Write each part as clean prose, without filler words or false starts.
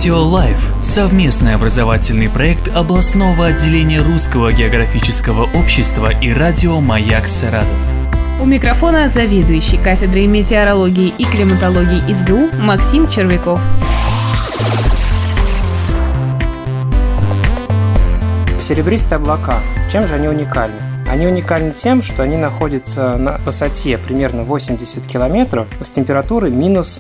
Радио Лайф – совместный образовательный проект областного отделения Русского географического общества и радио «Маяк Саратов». У микрофона заведующий кафедрой метеорологии и климатологии СГУ Максим Червяков. Серебристые облака. Чем же они уникальны? Они уникальны тем, что они находятся на высоте примерно 80 километров с температурой минус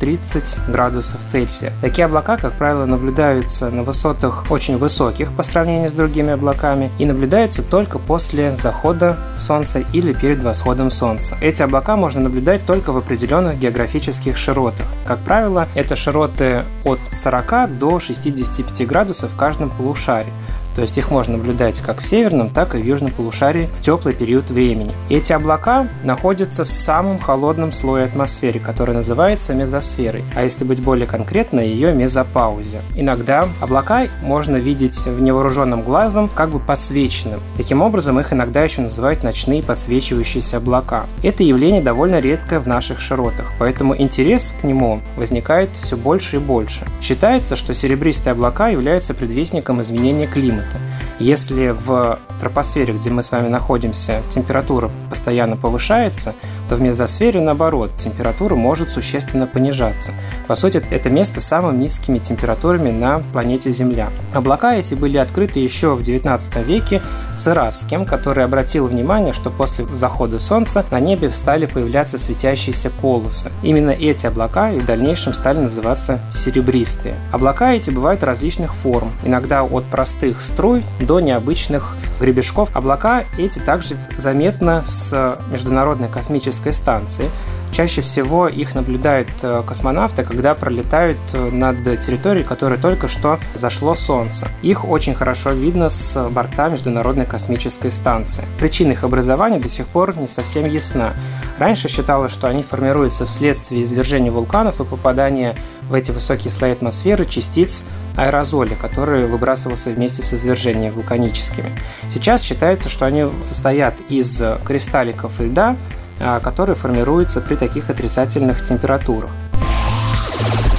130 градусов Цельсия. Такие облака, как правило, наблюдаются на высотах очень высоких по сравнению с другими облаками и наблюдаются только после захода Солнца или перед восходом Солнца. Эти облака можно наблюдать только в определенных географических широтах. Как правило, это широты от 40 до 65 градусов в каждом полушарии. То есть их можно наблюдать как в северном, так и в южном полушарии в теплый период времени. Эти облака находятся в самом холодном слое атмосферы, который называется мезосферой, а если быть более конкретно, ее мезопаузе. Иногда облака можно видеть невооруженным глазом как бы подсвеченным. Таким образом, их иногда еще называют ночные подсвечивающиеся облака. Это явление довольно редкое в наших широтах, поэтому интерес к нему возникает все больше и больше. Считается, что серебристые облака являются предвестником изменения климата. Если в тропосфере, где мы с вами находимся, температура постоянно повышается, то в мезосфере, наоборот, температура может существенно понижаться. По сути, это место с самыми низкими температурами на планете Земля. Облака эти были открыты еще в XIX веке Цераским, который обратил внимание, что после захода Солнца на небе стали появляться светящиеся полосы. Именно эти облака и в дальнейшем стали называться серебристые. Облака эти бывают различных форм, иногда от простых струй до необычных гребешков. Облака эти также заметны с Международной космической станции. Чаще всего их наблюдают космонавты, когда пролетают над территорией, которой только что зашло Солнце. Их очень хорошо видно с борта Международной космической станции. Причина их образования до сих пор не совсем ясна. Раньше считалось, что они формируются вследствие извержения вулканов и попадания в эти высокие слои атмосферы частиц аэрозоля, который выбрасывался вместе с извержениями вулканическими. Сейчас считается, что они состоят из кристалликов льда, которые формируются при таких отрицательных температурах.